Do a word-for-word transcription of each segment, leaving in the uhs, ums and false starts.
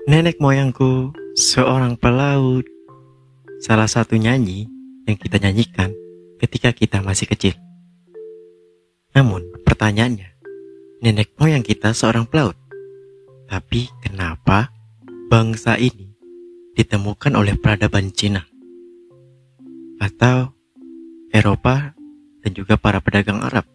Nenek moyangku seorang pelaut, salah satu nyanyi yang kita nyanyikan ketika kita masih kecil. Namun pertanyaannya, nenek moyang kita seorang pelaut, tapi kenapa bangsa ini ditemukan oleh peradaban Cina atau Eropa dan juga para pedagang Arab?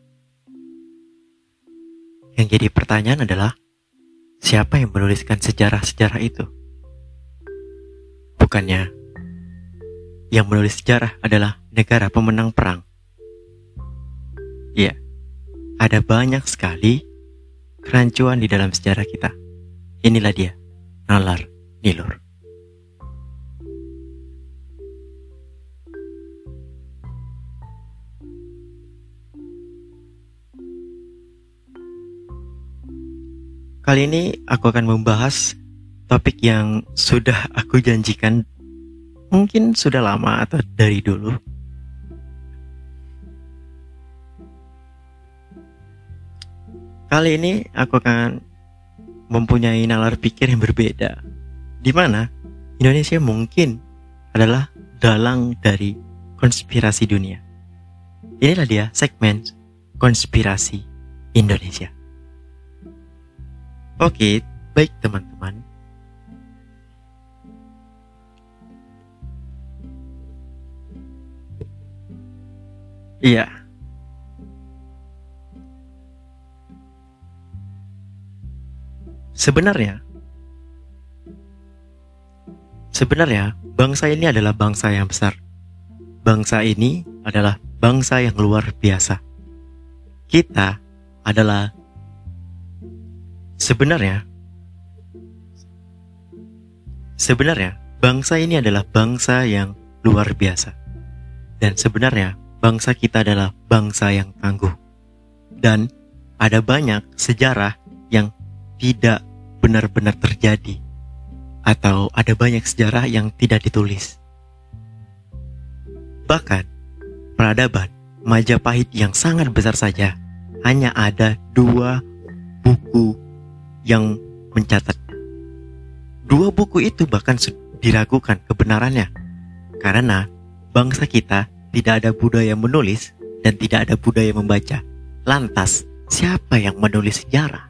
Yang jadi pertanyaan adalah, siapa yang menuliskan sejarah-sejarah itu? Bukannya yang menulis sejarah adalah negara pemenang perang? Ya, ada banyak sekali kerancuan di dalam sejarah kita. Inilah dia, nalar nilur. Kali ini aku akan membahas topik yang sudah aku janjikan mungkin sudah lama atau dari dulu. Kali ini aku akan mempunyai nalar pikir yang berbeda, di mana Indonesia mungkin adalah dalang dari konspirasi dunia. Inilah dia segmen konspirasi Indonesia. Oke, baik teman-teman. Iya. Sebenarnya, sebenarnya bangsa ini adalah bangsa yang besar. Bangsa ini adalah bangsa yang luar biasa. Kita adalah Sebenarnya, sebenarnya bangsa ini adalah bangsa yang luar biasa. Dan sebenarnya bangsa kita adalah bangsa yang tangguh. Dan ada banyak sejarah yang tidak benar-benar terjadi. Atau ada banyak sejarah yang tidak ditulis. Bahkan, peradaban Majapahit yang sangat besar saja, hanya ada dua buku yang mencatat. Dua buku itu bahkan diragukan kebenarannya, karena bangsa kita tidak ada budaya menulis dan tidak ada budaya membaca. Lantas, siapa yang menulis sejarah?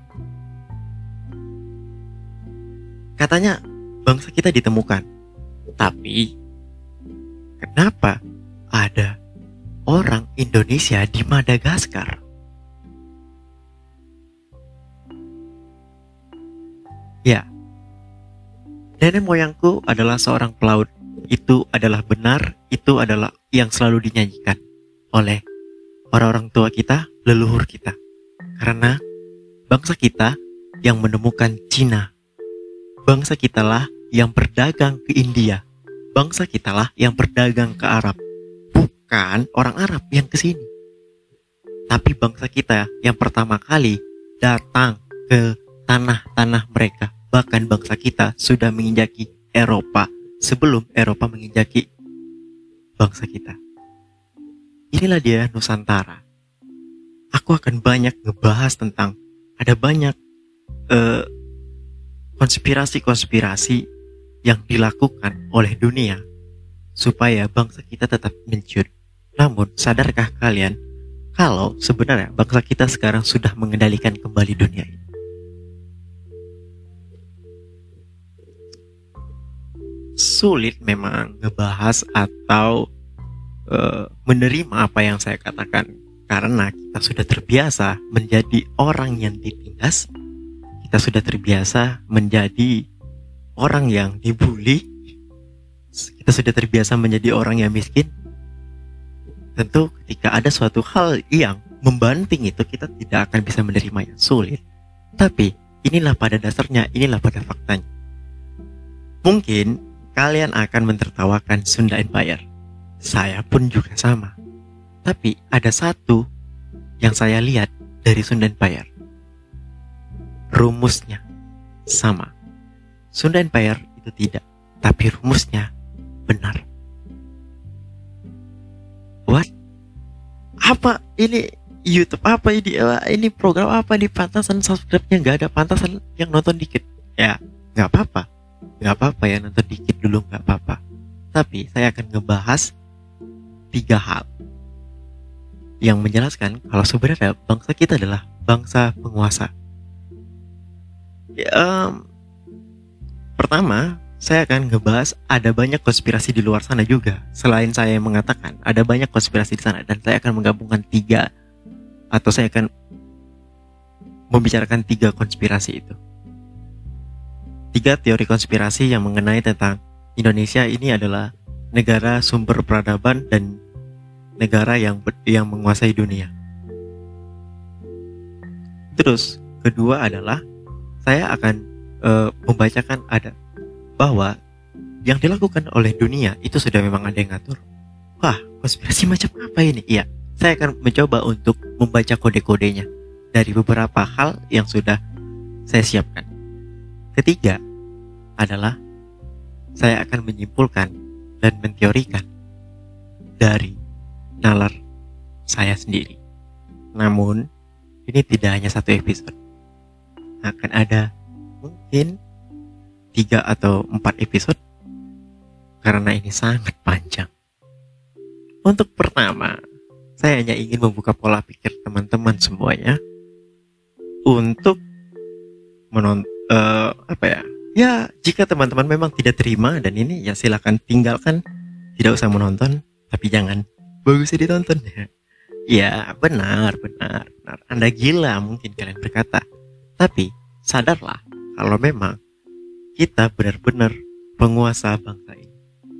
Katanya bangsa kita ditemukan, tapi kenapa ada orang Indonesia di Madagaskar? Ya, nenek moyangku adalah seorang pelaut. Itu adalah benar, itu adalah yang selalu dinyanyikan oleh orang-orang tua kita, leluhur kita. Karena bangsa kita yang menemukan Cina. Bangsa kitalah yang berdagang ke India. Bangsa kitalah yang berdagang ke Arab. Bukan orang Arab yang ke sini. Tapi bangsa kita yang pertama kali datang ke tanah-tanah mereka. Bahkan bangsa kita sudah menginjaki Eropa sebelum Eropa menginjaki bangsa kita. Inilah dia Nusantara. Aku akan banyak ngebahas tentang ada banyak uh, konspirasi-konspirasi yang dilakukan oleh dunia supaya bangsa kita tetap menjud. Namun sadarkah kalian kalau sebenarnya bangsa kita sekarang sudah mengendalikan kembali dunia ini? Sulit memang ngebahas atau uh, menerima apa yang saya katakan, karena kita sudah terbiasa menjadi orang yang ditindas. Kita sudah terbiasa menjadi orang yang dibully. Kita sudah terbiasa menjadi orang yang miskin. Tentu ketika ada suatu hal yang membanting itu, kita tidak akan bisa menerimanya. Sulit. Tapi inilah pada dasarnya, inilah pada faktanya. Mungkin kalian akan mentertawakan Sunda Empire. Saya pun juga sama. Tapi ada satu yang saya lihat dari Sunda Empire. Rumusnya sama. Sunda Empire itu tidak, tapi rumusnya benar. What? Apa ini YouTube? Apa ini? Ini program apa? Di pantasan subscribe-nya nggak ada, pantasan yang nonton dikit. Ya, nggak apa-apa. Gak apa-apa ya, nonton dikit dulu gak apa-apa. Tapi saya akan ngebahas tiga hal yang menjelaskan kalau sebenarnya bangsa kita adalah bangsa penguasa. Ya, um, pertama, saya akan ngebahas ada banyak konspirasi di luar sana juga. Selain saya yang mengatakan, ada banyak konspirasi di sana. Dan saya akan menggabungkan tiga, atau saya akan membicarakan tiga konspirasi itu. Tiga teori konspirasi yang mengenai tentang Indonesia ini adalah negara sumber peradaban dan negara yang yang menguasai dunia. Terus, kedua adalah saya akan uh, membacakan ada bahwa yang dilakukan oleh dunia itu sudah memang ada yang ngatur. Wah, konspirasi macam apa ini? Iya, saya akan mencoba untuk membaca kode-kodenya dari beberapa hal yang sudah saya siapkan. Ketiga adalah saya akan menyimpulkan dan menteorikan dari nalar saya sendiri. Namun, ini tidak hanya satu episode. Akan ada mungkin tiga atau empat episode karena ini sangat panjang. Untuk pertama, saya hanya ingin membuka pola pikir teman-teman semuanya untuk menonton uh, apa ya? Ya, jika teman-teman memang tidak terima dan ini ya silakan tinggalkan, tidak usah menonton, tapi jangan bagusnya ditonton ya. Ya, benar, benar, benar. Anda gila mungkin kalian berkata. Tapi sadarlah kalau memang kita benar-benar penguasa bangsa ini.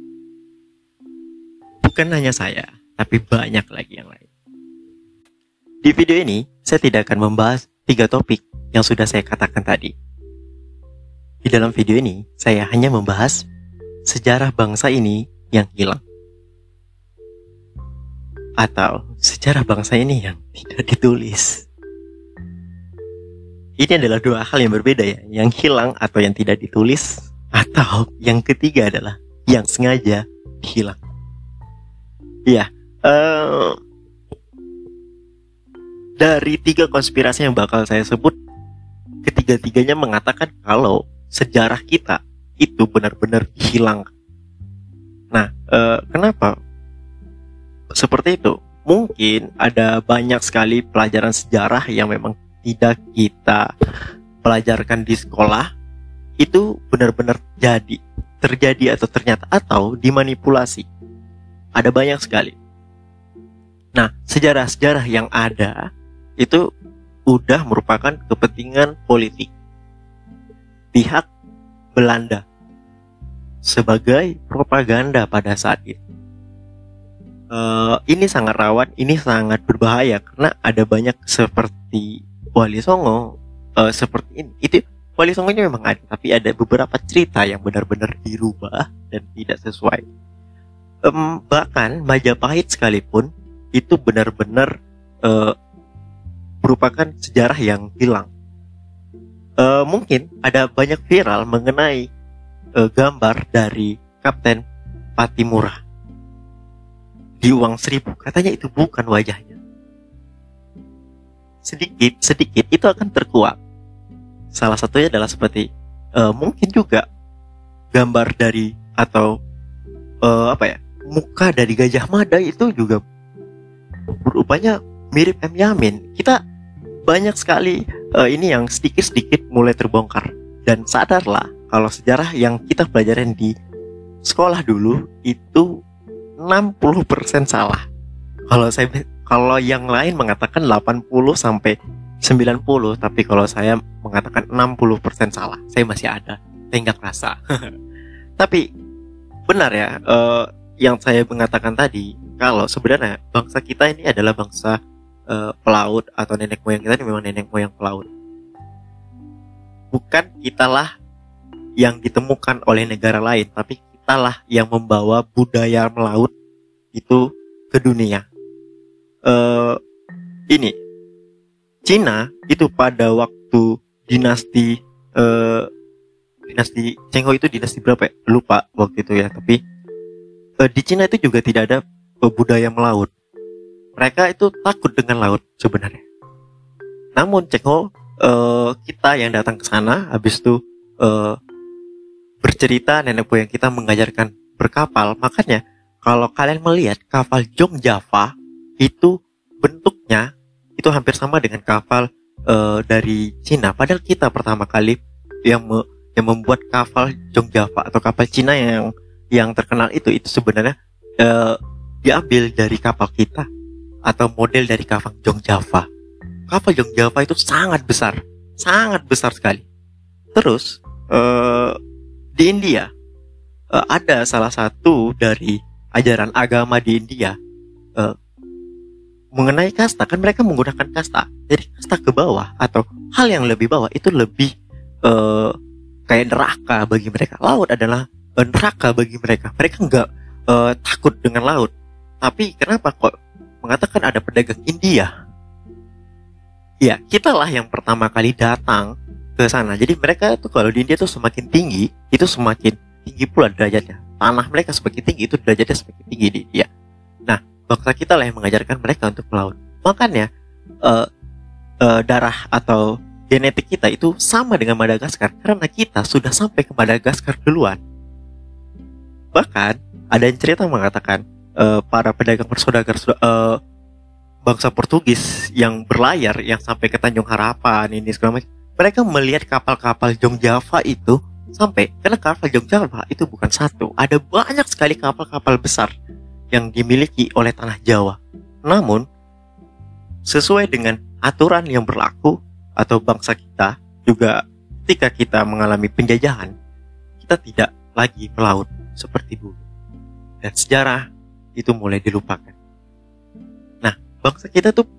Bukan hanya saya, tapi banyak lagi yang lain. Di video ini, saya tidak akan membahas tiga topik yang sudah saya katakan tadi. Di dalam video ini, saya hanya membahas sejarah bangsa ini yang hilang. Atau sejarah bangsa ini yang tidak ditulis. Ini adalah dua hal yang berbeda ya, yang hilang atau yang tidak ditulis, atau yang ketiga adalah yang sengaja hilang. Ya, uh, dari tiga konspirasi yang bakal saya sebut, ketiga-tiganya mengatakan kalau sejarah kita itu benar-benar hilang. Nah, uh, kenapa seperti itu? Mungkin ada banyak sekali pelajaran sejarah yang memang tidak kita pelajarkan di sekolah, itu benar-benar jadi terjadi atau ternyata atau dimanipulasi. Ada banyak sekali. Nah, sejarah-sejarah yang ada itu udah merupakan kepentingan politik pihak Belanda sebagai propaganda pada saat itu. Uh, ini sangat rawan, ini sangat berbahaya karena ada banyak seperti Wali Songo, uh, seperti ini. Itu Wali Songonya memang ada, tapi ada beberapa cerita yang benar-benar dirubah dan tidak sesuai. Um, bahkan Majapahit sekalipun itu benar-benar uh, merupakan sejarah yang hilang. Uh, mungkin ada banyak viral mengenai uh, gambar dari Kapten Patimura di uang seribu. Katanya itu bukan wajahnya. Sedikit-sedikit itu akan terkuak. Salah satunya adalah seperti uh, mungkin juga gambar dari atau uh, apa ya, muka dari Gajah Mada itu juga berupanya mirip M. Yamin. Kita banyak sekali uh, ini yang sedikit-sedikit mulai terbongkar. Dan sadarlah kalau sejarah yang kita pelajarin di sekolah dulu itu enam puluh persen salah. Kalau saya kalau yang lain mengatakan delapan puluh sampai sembilan puluh, tapi kalau saya mengatakan enam puluh persen salah. Saya masih ada tenggat rasa. Tapi benar ya, uh, yang saya mengatakan tadi, kalau sebenarnya bangsa kita ini adalah bangsa uh, pelaut, atau nenek moyang kita ini memang nenek moyang pelaut. Bukan kitalah yang ditemukan oleh negara lain, tapi kitalah yang membawa budaya melaut itu ke dunia. Uh, ini Cina itu pada waktu dinasti uh, dinasti Cheng Ho itu dinasti berapa ya? Lupa waktu itu ya. Tapi uh, di Cina itu juga tidak ada uh, budaya melaut. Mereka itu takut dengan laut sebenarnya. Namun Cheng Ho uh, kita yang datang ke sana habis itu uh, cerita nenek moyang kita mengajarkan berkapal. Makanya kalau kalian melihat kapal Jong Java itu bentuknya itu hampir sama dengan kapal uh, dari Cina. Padahal kita pertama kali yang me, yang membuat kapal Jong Java atau kapal Cina yang yang terkenal itu itu sebenarnya uh, diambil dari kapal kita atau model dari kapal Jong Java. Kapal Jong Java itu sangat besar, sangat besar sekali. Terus uh, di India uh, ada salah satu dari ajaran agama di India uh, mengenai kasta. Kan mereka menggunakan kasta. Jadi kasta ke bawah atau hal yang lebih bawah itu lebih uh, kayak neraka bagi mereka. Laut adalah uh, neraka bagi mereka. Mereka nggak uh, takut dengan laut. Tapi kenapa kok mengatakan ada pedagang India? Ya, kitalah yang pertama kali datang ke sana. Jadi mereka tuh kalau di India tuh semakin tinggi, itu semakin tinggi pula derajatnya. Tanah mereka semakin tinggi, itu derajatnya semakin tinggi di India. Nah, bangsa kita lah yang mengajarkan mereka untuk melaut. Makanya uh, uh, darah atau genetik kita itu sama dengan Madagaskar karena kita sudah sampai ke Madagaskar duluan. Bahkan ada yang cerita mengatakan uh, para pedagang bersaudagar uh, bangsa Portugis yang berlayar yang sampai ke Tanjung Harapan ini segala macam, mereka melihat kapal-kapal Jong Java itu sampai, karena kapal Jong Java itu bukan satu, ada banyak sekali kapal-kapal besar yang dimiliki oleh tanah Jawa. Namun sesuai dengan aturan yang berlaku atau bangsa kita juga ketika kita mengalami penjajahan, kita tidak lagi melaut seperti dulu dan sejarah itu mulai dilupakan. Nah, bangsa kita tuh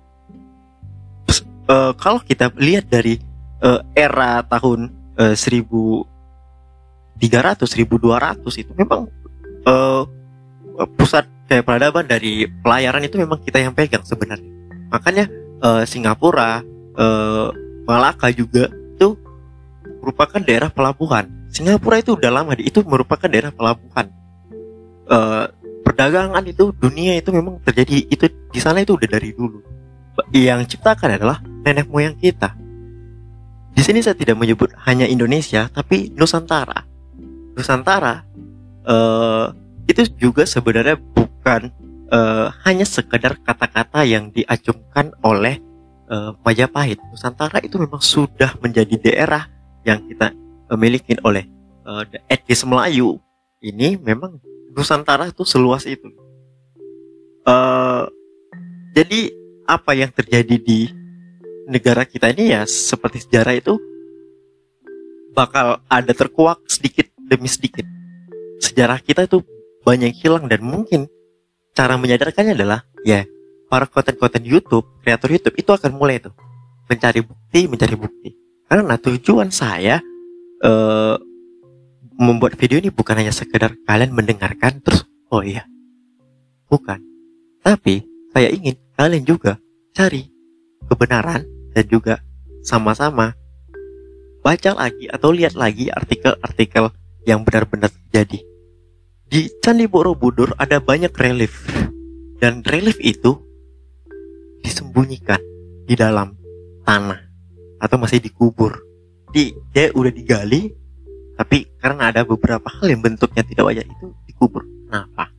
uh, kalau kita lihat dari uh, era tahun Uh, seribu tiga ratus, seribu dua ratus itu memang uh, pusat kayak peradaban dari pelayaran itu memang kita yang pegang sebenarnya. Makanya uh, Singapura, uh, Malaka juga itu merupakan daerah pelabuhan. Singapura itu udah lama itu merupakan daerah pelabuhan. Uh, perdagangan itu dunia itu memang terjadi itu di sana itu udah dari dulu. Yang ciptakan adalah nenek moyang kita. Di sini saya tidak menyebut hanya Indonesia, tapi Nusantara. Nusantara uh, itu juga sebenarnya bukan uh, hanya sekedar kata-kata yang diacungkan oleh uh, Majapahit. Nusantara itu memang sudah menjadi daerah yang kita uh, miliki oleh uh, etnis Melayu. Ini memang Nusantara itu seluas itu. Uh, jadi apa yang terjadi di negara kita ini ya seperti sejarah itu bakal ada terkuak sedikit demi sedikit. Sejarah kita itu banyak hilang dan mungkin cara menyadarkannya adalah ya para konten-konten YouTube, kreator YouTube itu akan mulai tuh mencari bukti, mencari bukti. Karena tujuan saya uh, membuat video ini bukan hanya sekedar kalian mendengarkan terus oh iya, bukan. Tapi saya ingin kalian juga cari kebenaran dan juga sama-sama baca lagi atau lihat lagi artikel-artikel yang benar-benar terjadi. Di Candi Borobudur ada banyak relief dan relief itu disembunyikan di dalam tanah atau masih dikubur. Di, dia udah digali tapi karena ada beberapa hal yang bentuknya tidak wajar itu dikubur. Kenapa?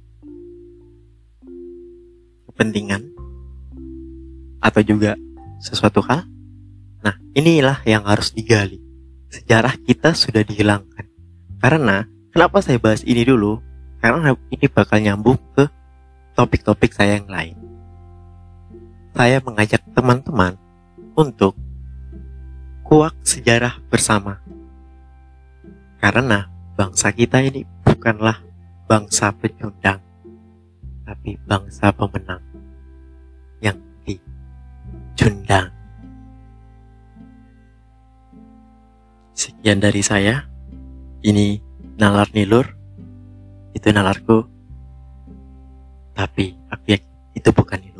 Kepentingan atau juga sesuatu hal. Nah, inilah yang harus digali. Sejarah kita sudah dihilangkan. Karena, kenapa saya bahas ini dulu? Karena ini bakal nyambung ke topik-topik saya yang lain. Saya mengajak teman-teman untuk kuak sejarah bersama. Karena bangsa kita ini bukanlah bangsa pecundang, tapi bangsa pemenang yang di Cundang. Sekian dari saya. Ini nalar nilur. Itu nalarku. Tapi aku yakin itu bukan